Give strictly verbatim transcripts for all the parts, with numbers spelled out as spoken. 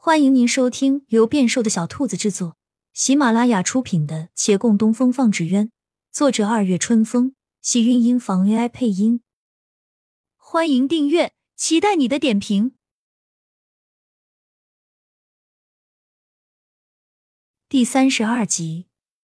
欢迎您收听由变瘦的小兔子制作，喜马拉雅出品的《且共东风放纸鸢》，作者二月春风，喜韵音房 A I 配音。欢迎订阅，期待你的点评。第三十二集，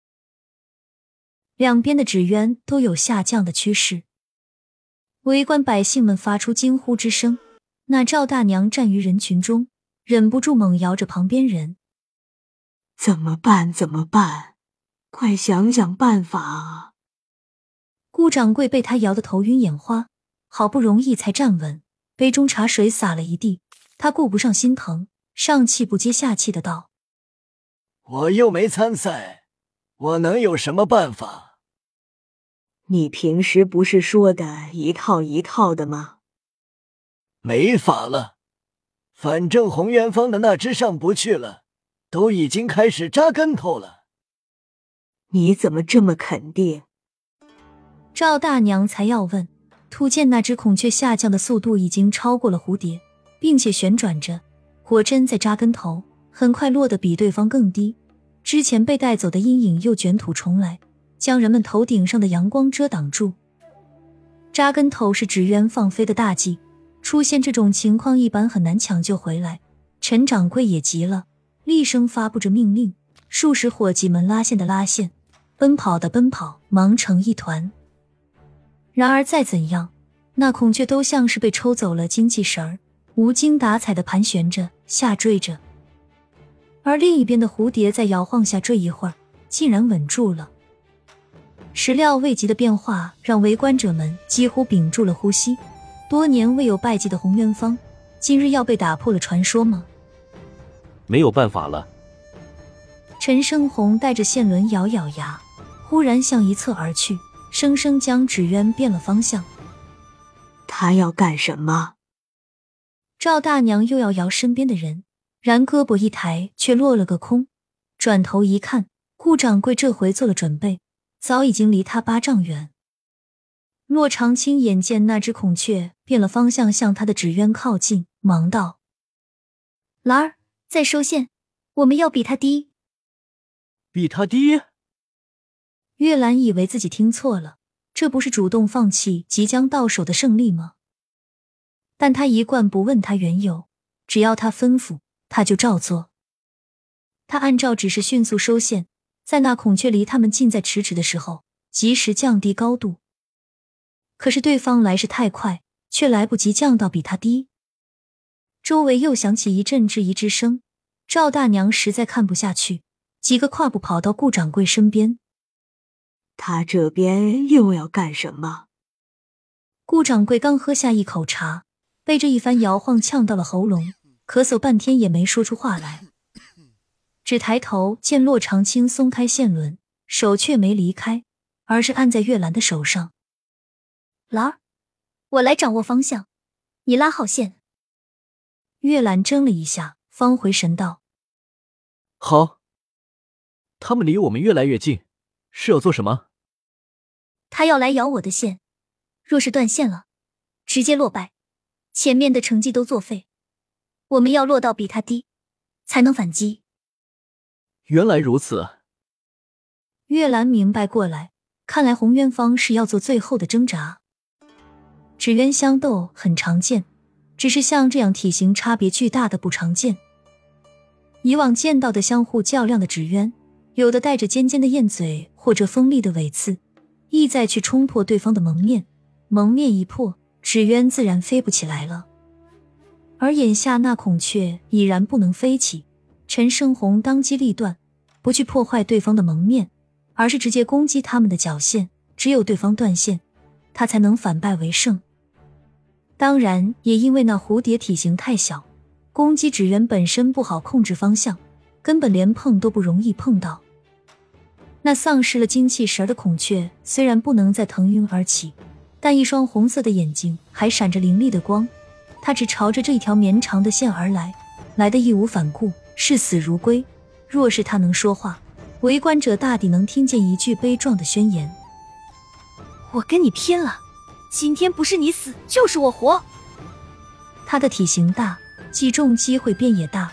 两边的纸鸢都有下降的趋势。围观百姓们发出惊呼之声，那赵大娘站于人群中，忍不住猛摇着旁边人。 怎么办怎么办，快想想办法啊！ 顾掌柜被他摇得头晕眼花，好不容易才站稳，杯中茶水洒了一地，他顾不上心疼，上气不接下气的道： 我又没参赛，我能有什么办法？ 你平时不是说的一套一套的吗？ 没法了，反正红元坊的那只上不去了，都已经开始扎跟头了。 你怎么这么肯定？ 赵大娘才要问，突见那只孔雀下降的速度已经超过了蝴蝶，并且旋转着，果真在扎跟头，很快落得比对方更低。之前被带走的阴影又卷土重来，将人们头顶上的阳光遮挡住。扎跟头是纸鸢放飞的大忌，出现这种情况一般很难抢救回来。陈掌柜也急了，厉声发布着命令，数十伙计们拉线的拉线，奔跑的奔跑，忙成一团。然而再怎样，那孔雀都像是被抽走了精气神儿，无精打采地盘旋着，下坠着。而另一边的蝴蝶在摇晃下坠一会儿，竟然稳住了。始料未及的变化让围观者们几乎屏住了呼吸，多年未有败绩的红元坊，今日要被打破了传说吗？ 没有办法了。 陈生红带着线轮咬咬牙，忽然向一侧而去，生生将纸鸢变了方向。 他要干什么？ 赵大娘又要摇身边的人，然胳膊一抬却落了个空，转头一看，顾掌柜这回做了准备，早已经离他八丈远。骆长青眼见那只孔雀变了方向向他的纸鸢靠近，忙道：兰儿，再收线，我们要比他低。 比他低？ 月兰以为自己听错了，这不是主动放弃即将到手的胜利吗？但他一贯不问他缘由，只要他吩咐，他就照做。他按照指示迅速收线，在那孔雀离他们近在咫尺的时候，及时降低高度。可是对方来势太快，却来不及降到比他低。周围又响起一阵质疑之声，赵大娘实在看不下去，几个跨步跑到顾掌柜身边。 他这边又要干什么？ 顾掌柜刚喝下一口茶，被这一番摇晃呛到了喉咙，咳嗽半天也没说出话来。只抬头见骆长青松开线轮，手却没离开，而是按在月兰的手上。兰儿，我来掌握方向，你拉好线。月兰怔了一下，方回神道： 好。他们离我们越来越近，是要做什么？ 他要来摇我的线，若是断线了，直接落败，前面的成绩都作废。我们要落到比他低，才能反击。 原来如此。 月兰明白过来，看来红元坊是要做最后的挣扎。纸鸢相斗很常见，只是像这样体型差别巨大的不常见。以往见到的相互较量的纸鸢，有的带着尖尖的燕嘴或者锋利的尾刺，意在去冲破对方的蒙面，蒙面一破，纸鸢自然飞不起来了。而眼下那孔雀已然不能飞起，陈胜红当机立断，不去破坏对方的蒙面，而是直接攻击他们的绞线，只有对方断线，他才能反败为胜。当然也因为那蝴蝶体型太小，攻击纸鸢本身不好控制方向，根本连碰都不容易碰到。那丧失了精气神的孔雀虽然不能再腾云而起，但一双红色的眼睛还闪着凌厉的光，它只朝着这一条绵长的线而来，来得义无反顾，视死如归。若是它能说话，围观者大抵能听见一句悲壮的宣言：我跟你拼了，今天不是你死就是我活。它的体型大，击中机会便也大，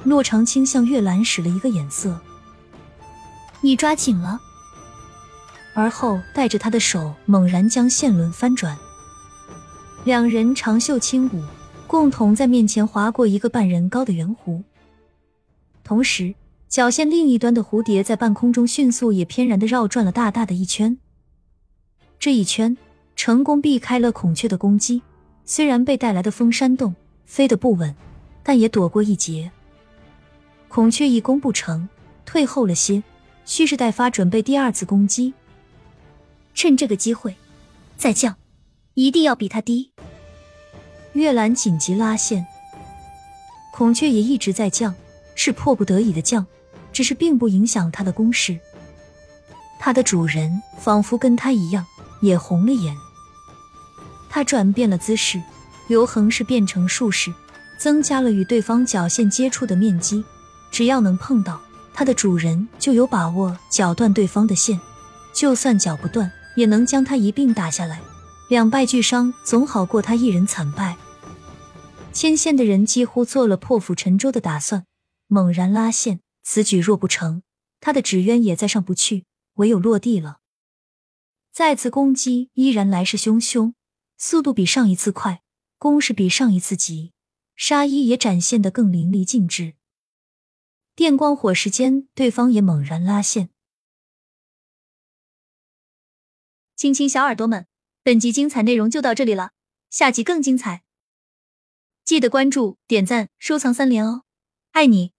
洛长青向月兰使了一个眼色，你抓紧了。而后带着他的手猛然将线轮翻转，两人长袖轻舞，共同在面前划过一个半人高的圆弧。同时绞线另一端的蝴蝶在半空中迅速也翩然地绕转了大大的一圈。这一圈成功避开了孔雀的攻击，虽然被带来的风扇动，飞得不稳，但也躲过一劫。孔雀一攻不成，退后了些，蓄势待发，准备第二次攻击。趁这个机会再降，一定要比他低。月兰紧急拉线，孔雀也一直在降，是迫不得已的降，只是并不影响他的攻势。他的主人仿佛跟他一样也红了眼，他转变了姿势，由横式变成竖式，增加了与对方绞线接触的面积，只要能碰到他的主人就有把握绞断对方的线，就算绞不断也能将他一并打下来，两败俱伤总好过他一人惨败。牵线的人几乎做了破釜沉舟的打算，猛然拉线，此举若不成，他的纸鸢也再上不去，唯有落地了。再次攻击依然来势汹汹，速度比上一次快，攻势比上一次急，杀意也展现得更淋漓尽致。电光火石间，对方也猛然拉线。亲亲小耳朵们，本集精彩内容就到这里了，下集更精彩，记得关注、点赞、收藏三连哦，爱你。